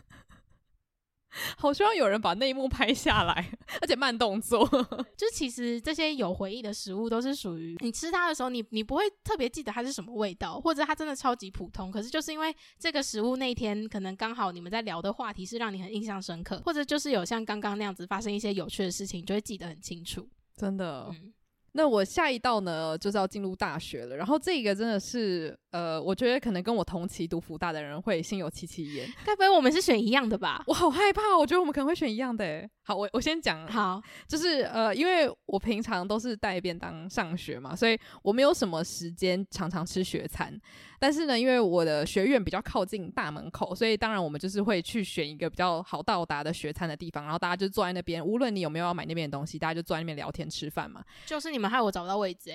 好希望有人把那一幕拍下来，而且慢动作就其实这些有回忆的食物都是属于你吃它的时候你不会特别记得它是什么味道，或者它真的超级普通，可是就是因为这个食物那一天可能刚好你们在聊的话题是让你很印象深刻，或者就是有像刚刚那样子发生一些有趣的事情，你就会记得很清楚。 真的那我下一道呢就是要进入大学了，然后这个真的是我觉得可能跟我同期读福大的人会心有戚戚焉。 该不会我们是选一样的吧？ 我好害怕，我觉得我们可能会选一样的耶。好，我先讲。 好， 就是因为我平常都是带便当上学嘛，所以我没有什么时间常常吃学餐。但是呢，因为我的学院比较靠近大门口，所以当然我们就是会去选一个比较好到达的学餐的地方，然后大家就坐在那边，无论你有没有要买那边的东西，大家就坐在那边聊天吃饭嘛。 就是你们害我找不到位置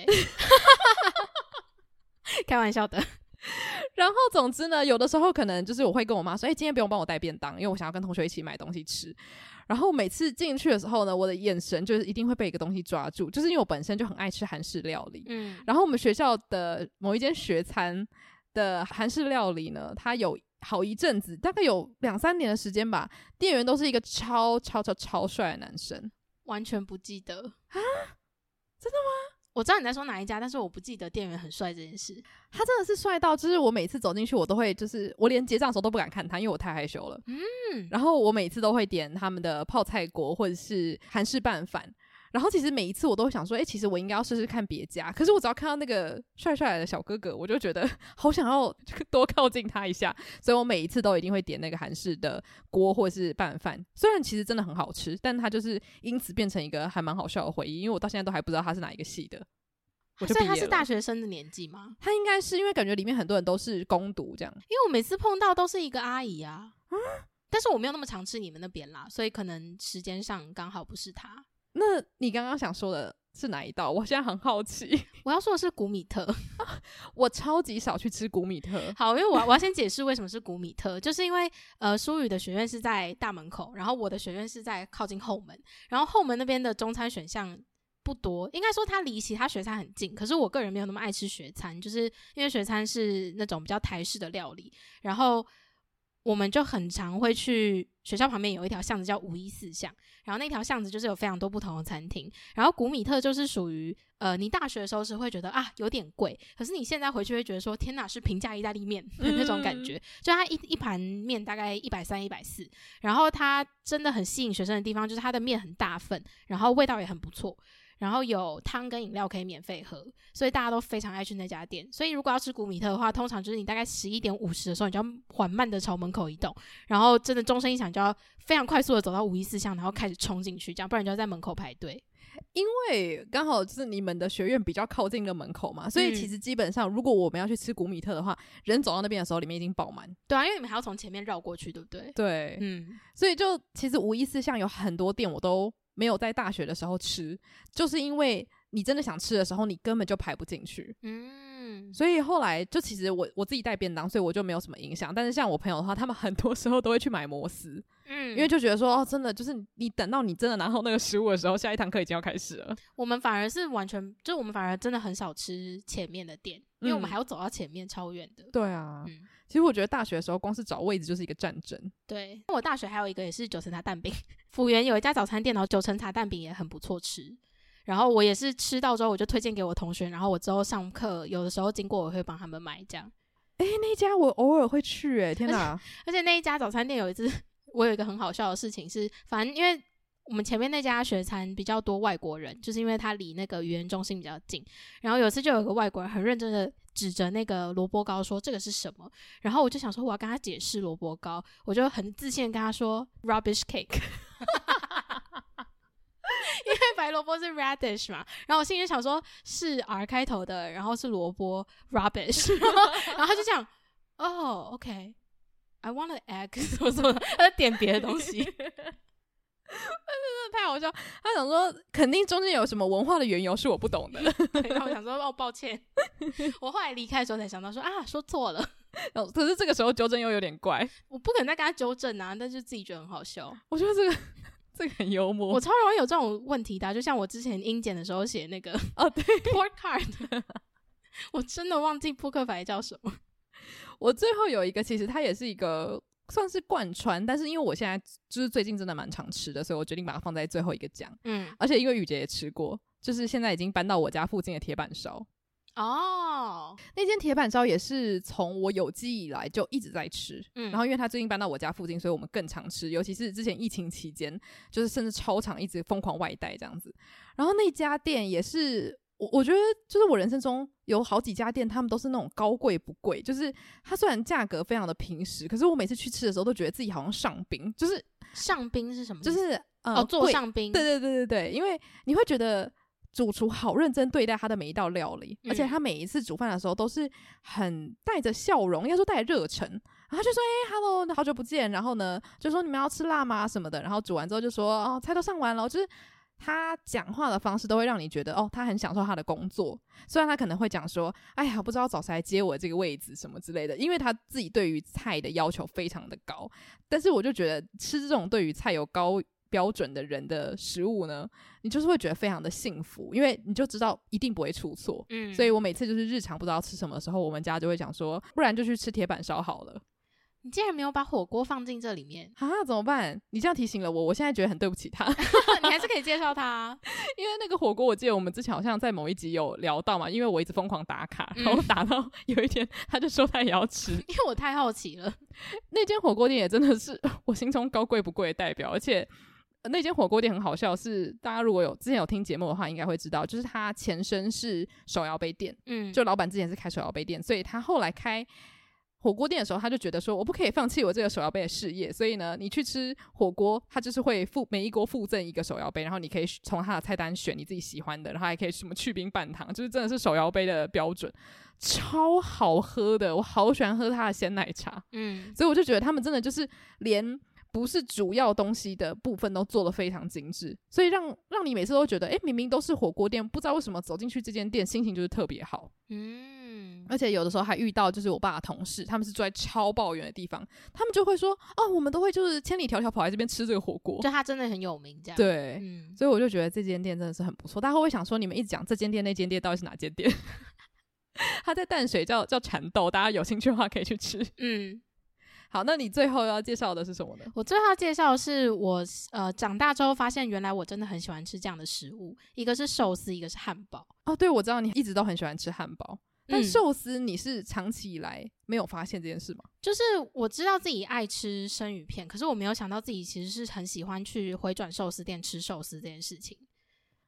开玩笑的。 然后总之呢，有的时候可能就是我会跟我妈说今天不用帮我带便当，因为我想要跟同学一起买东西吃。然后每次进去的时候呢，我的眼神就是一定会被一个东西抓住，就是因为我本身就很爱吃韩式料理。然后我们学校的某一间学餐的韩式料理呢，它有好一阵子，大概有2-3年的时间吧，店员都是一个超帅的男生。完全不记得啊？真的吗？ 我知道你在说哪一家，但是我不记得店员很帅这件事。 他真的是帅到，就是我每次走进去我都会，就是我连结账的时候都不敢看他，因为我太害羞了。然后我每次都会点他们的泡菜锅或者是韩式拌饭。然后其实每一次我都会想说其实我应该要试试看别家，可是我只要看到那个帅帅的小哥哥，我就觉得好想要多靠近他一下，所以我每一次都一定会点那个韩式的锅或是拌饭。虽然其实真的很好吃，但它就是因此变成一个还蛮好笑的回忆，因为我到现在都还不知道他是哪一个系的。 所以他是大学生的年纪吗？ 他应该是，因为感觉里面很多人都是工读这样。 因为我每次碰到都是一个阿姨啊但是我没有那么常吃你们那边啦，所以可能时间上刚好不是他。 那你刚刚想说的是哪一道？我现在很好奇。 我要说的是古米特我超级少去吃古米特。 好，因为我要先解释为什么是古米特，就是因为舒宇的学院是在大门口，然后我的学院是在靠近后门，然后后门那边的中餐选项不多，应该说它离其他学餐很近，可是我个人没有那么爱吃学餐，就是因为学餐是那种比较台式的料理，然后我们就很常会去学校旁边有一条巷子叫514巷，然后那条巷子就是有非常多不同的餐厅，然后古米特就是属于你大学的时候是会觉得有点贵，可是你现在回去会觉得说天哪，是平价意大利面的那种感觉就它一盘面大概130、140，然后它真的很吸引学生的地方就是它的面很大份，然后味道也很不错， 然后有汤跟饮料可以免费喝，所以大家都非常爱去那家店。所以如果要吃古米特的话，通常就是你大概11:50的时候，你就要缓慢的朝门口移动，然后真的钟声一响就要非常快速的走到514巷，然后开始冲进去，这样不然你就要在门口排队。 因为刚好就是你们的学院比较靠近的门口嘛，所以其实基本上如果我们要去吃古米特的话，人走到那边的时候里面已经爆满。 对啊，因为你们还要从前面绕过去，对不对？ 对，所以就其实514巷有很多店我都没有在大学的时候吃，就是因为你真的想吃的时候你根本就排不进去。所以后来就其实我自己带便当，所以我就没有什么影响。但是像我朋友的话，他们很多时候都会去买摩斯，因为就觉得说哦，真的就是你等到你真的拿到那个食物的时候，下一堂课已经要开始了。 我们反而是完全就我们反而真的很少吃前面的店，因为我们还要走到前面超远的。 对啊，其实我觉得大学的时候光是找位置就是一个战争。 对，我大学还有一个也是9层塔蛋饼，辅元有一家早餐店，然后9层塔蛋饼也很不错吃。然后我也是吃到之后我就推荐给我同学，然后我之后上课有的时候经过我会帮他们买这样。 那家我偶尔会去天哪！ 而且那一家早餐店有一次我有一个很好笑的事情是，反正因为我们前面那家学餐比较多外国人，就是因为它离那个语言中心比较近，然后有一次就有个外国人很认真的指着那个萝卜糕说这个是什么，然后我就想说我要跟他解释萝卜糕，我就很自信的跟他说 rubbish cake 因为白萝卜是 radish 嘛，然后我心里就想说是 R 开头的，然后是萝卜 rubbish 然后他就讲哦 OK I want an egg 什么什么的，他就点别的东西真的太好笑，他想说肯定中间有什么文化的缘由是我不懂的对，然后我想说哦抱歉我后来离开的时候才想到说啊说错了可是这个时候纠正又有点怪， 我不可能再跟他纠正啊，但是自己觉得很好笑。 我觉得这个很幽默， 我超容易有这种问题的就像我之前英检的时候写那个对 report card 我真的忘记扑克牌叫什么。 我最后有一个其实它也是一个算是贯穿，但是因为我现在就是最近真的蛮常吃的，所以我决定把它放在最后一个讲。而且因为雨杰也吃过，就是现在已经搬到我家附近的铁板烧。那间铁板烧也是从我有记忆以来就一直在吃，然后因为他最近搬到我家附近，所以我们更常吃，尤其是之前疫情期间，就是甚至超常一直疯狂外带这样子。然后那家店也是我觉得就是我人生中有好几家店，他们都是那种高贵不贵，就是它虽然价格非常的平实，可是我每次去吃的时候都觉得自己好像上宾。就是上宾是什么？ 就是做上宾。 对，因为你会觉得主厨好认真对待他的每一道料理，而且他每一次煮饭的时候都是很带着笑容，应该说带着热忱，然后就说hello 好久不见，然后呢就说你们要吃辣吗什么的，然后煮完之后就说菜都上完了，就是他讲话的方式都会让你觉得他很享受他的工作，虽然他可能会讲说哎呀不知道找谁来接我这个位置什么之类的，因为他自己对于菜的要求非常的高，但是我就觉得吃这种对于菜有高标准的人的食物呢，你就是会觉得非常的幸福，因为你就知道一定不会出错。所以我每次就是日常不知道吃什么的时候，我们家就会讲说不然就去吃铁板烧好了。 你竟然没有把火锅放进这里面怎么办？你这样提醒了我现在觉得很对不起他你还是可以介绍他因为那个火锅我记得我们之前好像在某一集有聊到嘛，因为我一直疯狂打卡，然后打到有一天他就说他也要吃因为我太好奇了。 那间火锅店也真的是我心中高贵不贵的代表，而且那间火锅店很好笑，是大家如果之前有听节目的话应该会知道，就是它前身是手摇杯店，就老板之前是开手摇杯店，所以他后来开火锅店的时候他就觉得说我不可以放弃我这个手摇杯的事业，所以呢你去吃火锅他就是会每一锅附赠一个手摇杯，然后你可以从他的菜单选你自己喜欢的，然后还可以什么去冰半糖，就是真的是手摇杯的标准，超好喝的，我好喜欢喝他的鲜奶茶。所以我就觉得他们真的就是连不是主要东西的部分都做得非常精致，所以让你每次都觉得明明都是火锅店，不知道为什么走进去这间店心情就是特别好。而且有的时候还遇到就是我爸的同事，他们是住在超爆远的地方，他们就会说我们都会就是千里迢迢跑来这边吃这个火锅， 就他真的很有名这样。 对，所以我就觉得这间店真的是很不错。大家会不会想说你们一直讲这间店那间店到底是哪间店他在淡水叫蚕豆，大家有兴趣的话可以去吃。好，那你最后要介绍的是什么呢？ 我最后要介绍的是我长大之后发现原来我真的很喜欢吃这样的食物，一个是寿司，一个是汉堡。 对，我知道你一直都很喜欢吃汉堡，但寿司你是长期以来没有发现这件事吗？ 就是我知道自己爱吃生鱼片，可是我没有想到自己其实是很喜欢去回转寿司店吃寿司这件事情。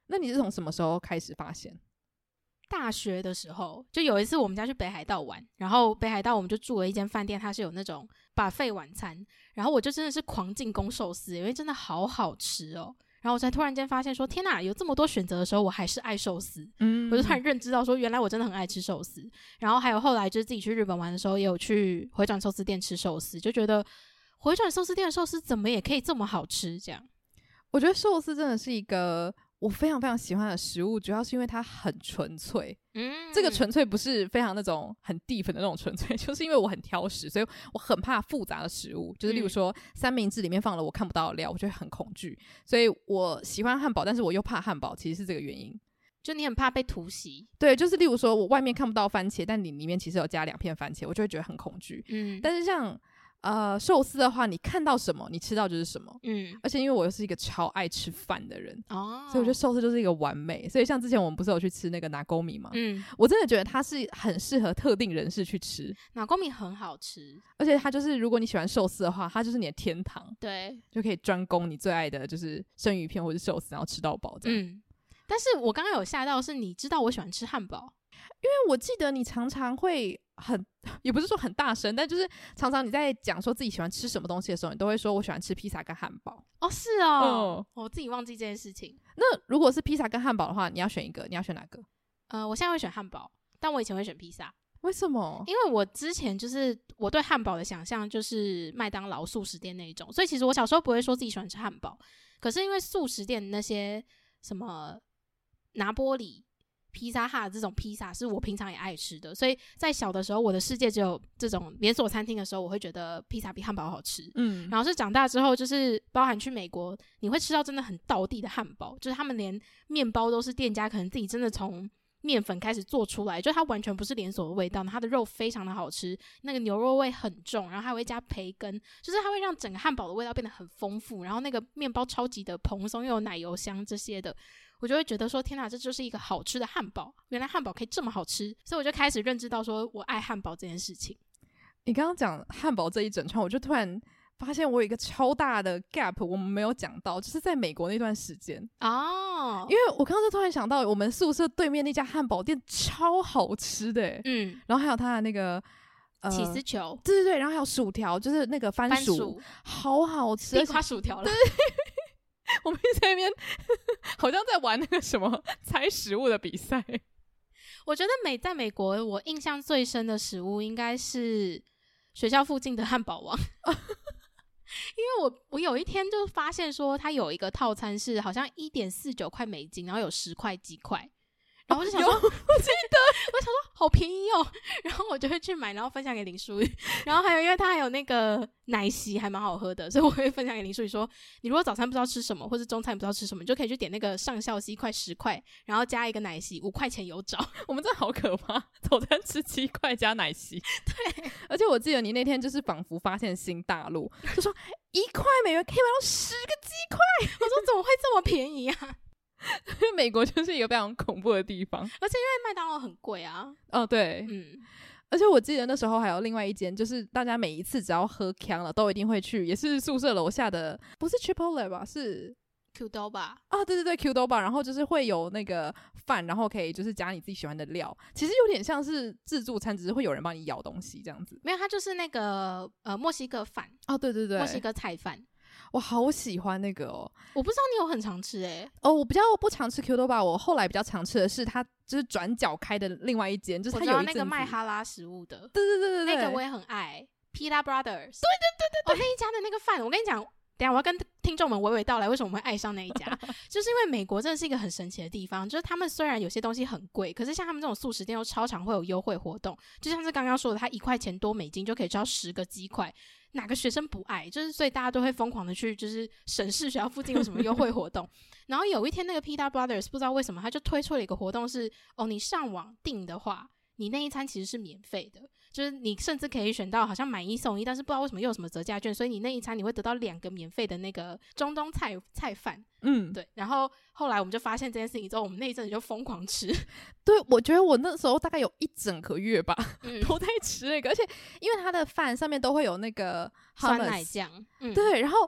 那你是从什么时候开始发现？ 大学的时候，就有一次我们家去北海道玩，然后北海道我们就住了一间饭店，它是有那种 buffet 晚餐，然后我就真的是狂进攻寿司，因为真的好好吃哦。然后我才突然间发现说，天哪，有这么多选择的时候，我还是爱寿司。我就突然认知到说，原来我真的很爱吃寿司。然后还有后来就是自己去日本玩的时候，也有去回转寿司店吃寿司，就觉得回转寿司店的寿司怎么也可以这么好吃？这样， 我觉得寿司真的是一个我非常非常喜欢的食物，主要是因为它很纯粹。这个纯粹不是非常那种很地粉的那种纯粹，就是因为我很挑食，所以我很怕复杂的食物，就是例如说三明治里面放了我看不到的料，我就会很恐惧，所以我喜欢汉堡，但是我又怕汉堡，其实是这个原因。 就你很怕被突袭。 对，就是例如说我外面看不到番茄，但你里面其实有加2片番茄，我就会觉得很恐惧。但是像寿司的话，你看到什么你吃到就是什么。而且因为我又是一个超爱吃饭的人，所以我觉得寿司就是一个完美。所以像之前我们不是有去吃那个拿沟米吗？我真的觉得它是很适合特定人士去吃。 拿沟米很好吃， 而且它就是如果你喜欢寿司的话，它就是你的天堂。 对， 就可以专攻你最爱的就是生鱼片或者寿司，然后吃到饱这样。 但是我刚刚有吓到是你知道我喜欢吃汉堡， 因为我记得你常常会也不是说很大声，但就是常常你在讲说自己喜欢吃什么东西的时候，你都会说我喜欢吃披萨跟汉堡。 是哦，我自己忘记这件事情。 那如果是披萨跟汉堡的话，你要选一个，你要选哪个？ 我现在会选汉堡，但我以前会选披萨。 为什么？ 因为我之前就是我对汉堡的想象就是麦当劳速食店那一种，所以其实我小时候不会说自己喜欢吃汉堡，可是因为速食店那些什么拿坡里、披萨哈这种披萨是我平常也爱吃的，所以在小的时候我的世界只有这种连锁餐厅的时候，我会觉得披萨比汉堡好吃。然后是长大之后，就是包含去美国，你会吃到真的很道地的汉堡，就是他们连面包都是店家可能自己真的从面粉开始做出来，就它完全不是连锁的味道，它的肉非常的好吃，那个牛肉味很重，然后还会加培根，就是它会让整个汉堡的味道变得很丰富，然后那个面包超级的蓬松，又有奶油香这些的，我就会觉得说天哪，这就是一个好吃的汉堡，原来汉堡可以这么好吃，所以我就开始认知到说我爱汉堡这件事情。 你刚刚讲汉堡这一整串，我就突然发现我有一个超大的 gap 我们没有讲到，就是在美国那段时间因为我刚刚就突然想到我们宿舍对面那家汉堡店超好吃的然后还有它的那个起司球， 对对对，然后还有薯条，就是那个番薯好好吃， 地瓜薯条了我们在那边好像在玩那个什么猜食物的比赛。 我觉得在美国我印象最深的食物应该是学校附近的汉堡王因为我有一天就发现说它有一个套餐是好像1.49块美金，然后有10块鸡块，然后我就想说我记得我想说好便宜哦，然后我就会去买，然后分享给林淑玉，然后还有因为它还有那个奶昔还蛮好喝的，所以我会分享给林淑玉说，你如果早餐不知道吃什么或是中餐不知道吃什么，你就可以去点那个上校鸡块10块，然后加一个奶昔5块钱有找。 我们真的好可怕，早餐吃鸡块加奶昔。 对， 而且我记得你那天就是仿佛发现新大陆，就说1块美元可以买到10个鸡块， 我说怎么会这么便宜啊因为美国就是一个非常恐怖的地方， 而且因为麦当劳很贵啊。 对，而且我记得那时候还有另外一间，就是大家每一次只要喝呛了都一定会去，也是宿舍楼下的，不是 Chipotle 吧，是 Qdoba 对对对 Qdoba， 然后就是会有那个饭，然后可以就是加你自己喜欢的料，其实有点像是自助餐，只是会有人帮你舀东西这样子。 没有，它就是那个墨西哥饭对对对， 墨西哥菜饭。 我好喜欢那个我不知道你有很常吃我比较不常吃 Qdoba， 我后来比较常吃的是它就是转角开的另外一间，就是它有一阵子那个卖哈拉食物的， 对对对对， 那个我也很爱 Pita Brothers， 对对对对那一家的那个饭，我跟你讲，等一下我要跟听众们娓娓道来为什么我们会爱上那一家就是因为美国真的是一个很神奇的地方，就是他们虽然有些东西很贵，可是像他们这种速食店又超常会有优惠活动，就像是刚刚说的，它1块钱多美金就可以吃到10个鸡块，哪个学生不爱？就是所以大家都会疯狂的去就是审视学校附近有什么优惠活动然后有一天那个 Pita Brothers 不知道为什么他就推出了一个活动是你上网订的话，你那一餐其实是免费的，就是你甚至可以选到好像买1送1，但是不知道为什么又有什么折价券，所以你那一餐你会得到2个免费的那个中东菜饭。对。然后后来我们就发现这件事情之后，我们那一阵子就疯狂吃。 对，我觉得我那时候大概有1整个月吧都在吃那个，而且因为它的饭上面都会有那个酸奶酱。 对，然后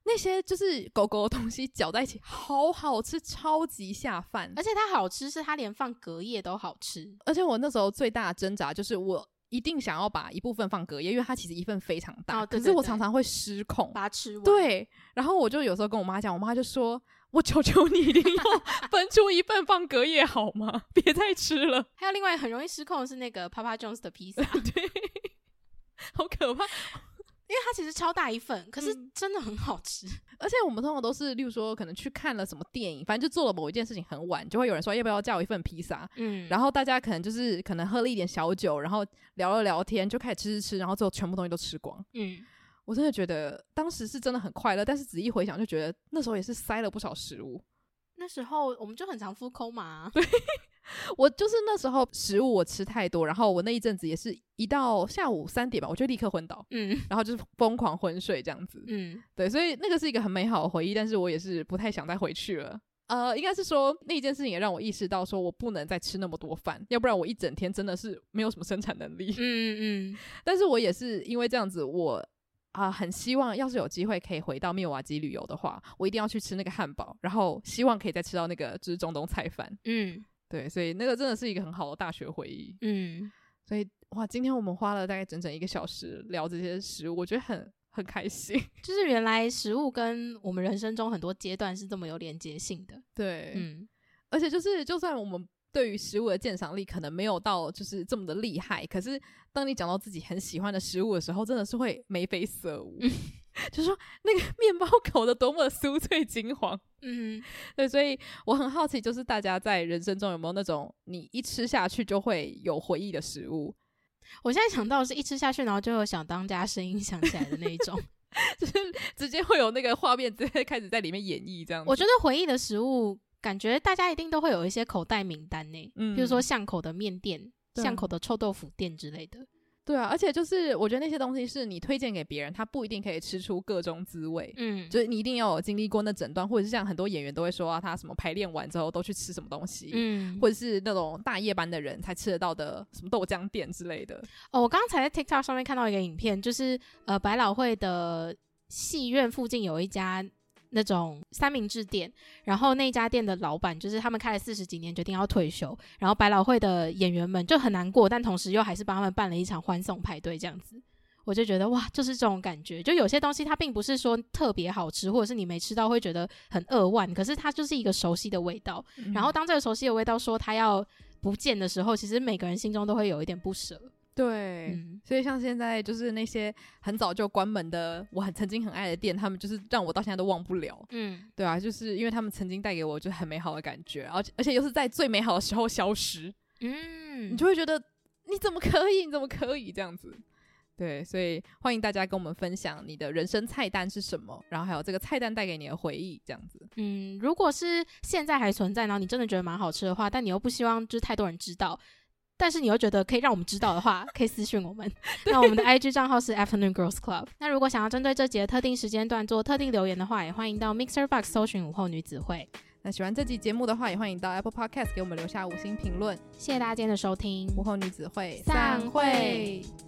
那些就是狗狗的东西搅在一起，好好吃，超级下饭。 而且它好吃是它连放隔夜都好吃。 而且我那时候最大的挣扎就是我一定想要把一部分放隔夜，因为它其实一份非常大， 对对对， 可是我常常会失控把它吃完。 对，然后我就有时候跟我妈讲，我妈就说，我求求你一定要分出一份放隔夜好吗？别再吃了。 还有另外很容易失控的是那个 Papa John's 的披萨对，好可怕， 因为它其实超大一份，可是真的很好吃。 而且我们通常都是例如说可能去看了什么电影，反正就做了某一件事情很晚，就会有人说要不要叫我一份披萨，然后大家可能就是可能喝了一点小酒，然后聊了聊天，就开始吃，然后最后全部东西都吃光。我真的觉得当时是真的很快乐，但是仔细回想就觉得那时候也是塞了不少食物。 那时候我们就很常food coma。 对，我就是那时候食物我吃太多，然后我那一阵子也是一到下午3点吧，我就立刻昏倒，然后就是疯狂昏睡这样子。对，所以那个是一个很美好的回忆，但是我也是不太想再回去了。应该是说那一件事情也让我意识到说我不能再吃那么多饭，要不然我一整天真的是没有什么生产能力。但是我也是因为这样子，我很希望要是有机会可以回到密尔瓦基旅游的话，我一定要去吃那个汉堡，然后希望可以再吃到那个就是中东菜饭。对，所以那个真的是一个很好的大学回忆。所以哇，今天我们花了大概整整1个小时聊这些食物，我觉得很开心。 就是原来食物跟我们人生中很多阶段是这么有连结性的。 对，而且就是就算我们对于食物的鉴赏力可能没有到就是这么的厉害，可是当你讲到自己很喜欢的食物的时候，真的是会眉飞色舞。就说那个面包口的多么酥脆金黄。对，所以我很好奇，就是大家在人生中有没有那种你一吃下去就会有回忆的食物？ 我现在想到的是一吃下去然后就有想当家声音响起来的那一种。 就是直接会有那个画面直接开始在里面演绎这样子。 我觉得回忆的食物感觉大家一定都会有一些口袋名单呢，比如说巷口的面店、巷口的臭豆腐店之类的。 对啊，而且就是我觉得那些东西是你推荐给别人，他不一定可以吃出各种滋味。就是你一定要有经历过那整段，或者是像很多演员都会说他什么排练完之后都去吃什么东西，或者是那种大夜班的人才吃得到的什么豆浆店之类的。 我刚才在 TikTok 上面看到一个影片，就是百老汇的戏院附近有一家那种三明治店，然后那家店的老板就是他们开了40几年决定要退休，然后百老汇的演员们就很难过，但同时又还是帮他们办了一场欢送派对这样子。我就觉得哇，就是这种感觉，就有些东西它并不是说特别好吃，或者是你没吃到会觉得很扼腕，可是它就是一个熟悉的味道，然后当这个熟悉的味道说它要不见的时候，其实每个人心中都会有一点不舍。 对，所以像现在就是那些很早就关门的我曾经很爱的店，他们就是让我到现在都忘不了。对啊，就是因为他们曾经带给我就很美好的感觉，而且又是在最美好的时候消失。你就会觉得你怎么可以这样子。对，所以欢迎大家跟我们分享你的人生菜单是什么，然后还有这个菜单带给你的回忆这样子。 如果是现在还存在，然后你真的觉得蛮好吃的话，但你又不希望就是太多人知道，但是你又觉得可以让我们知道的话，可以私讯我们。那我们的 IG 账号是 Afternoon Girls Club。那如果想要针对这集的特定时间段做特定留言的话，也欢迎到 Mixer Box 搜寻午后女子会。 那喜欢这集节目的话，也欢迎到 Apple Podcast 给我们留下5星评论。 谢谢大家今天的收听， 午后女子会散会。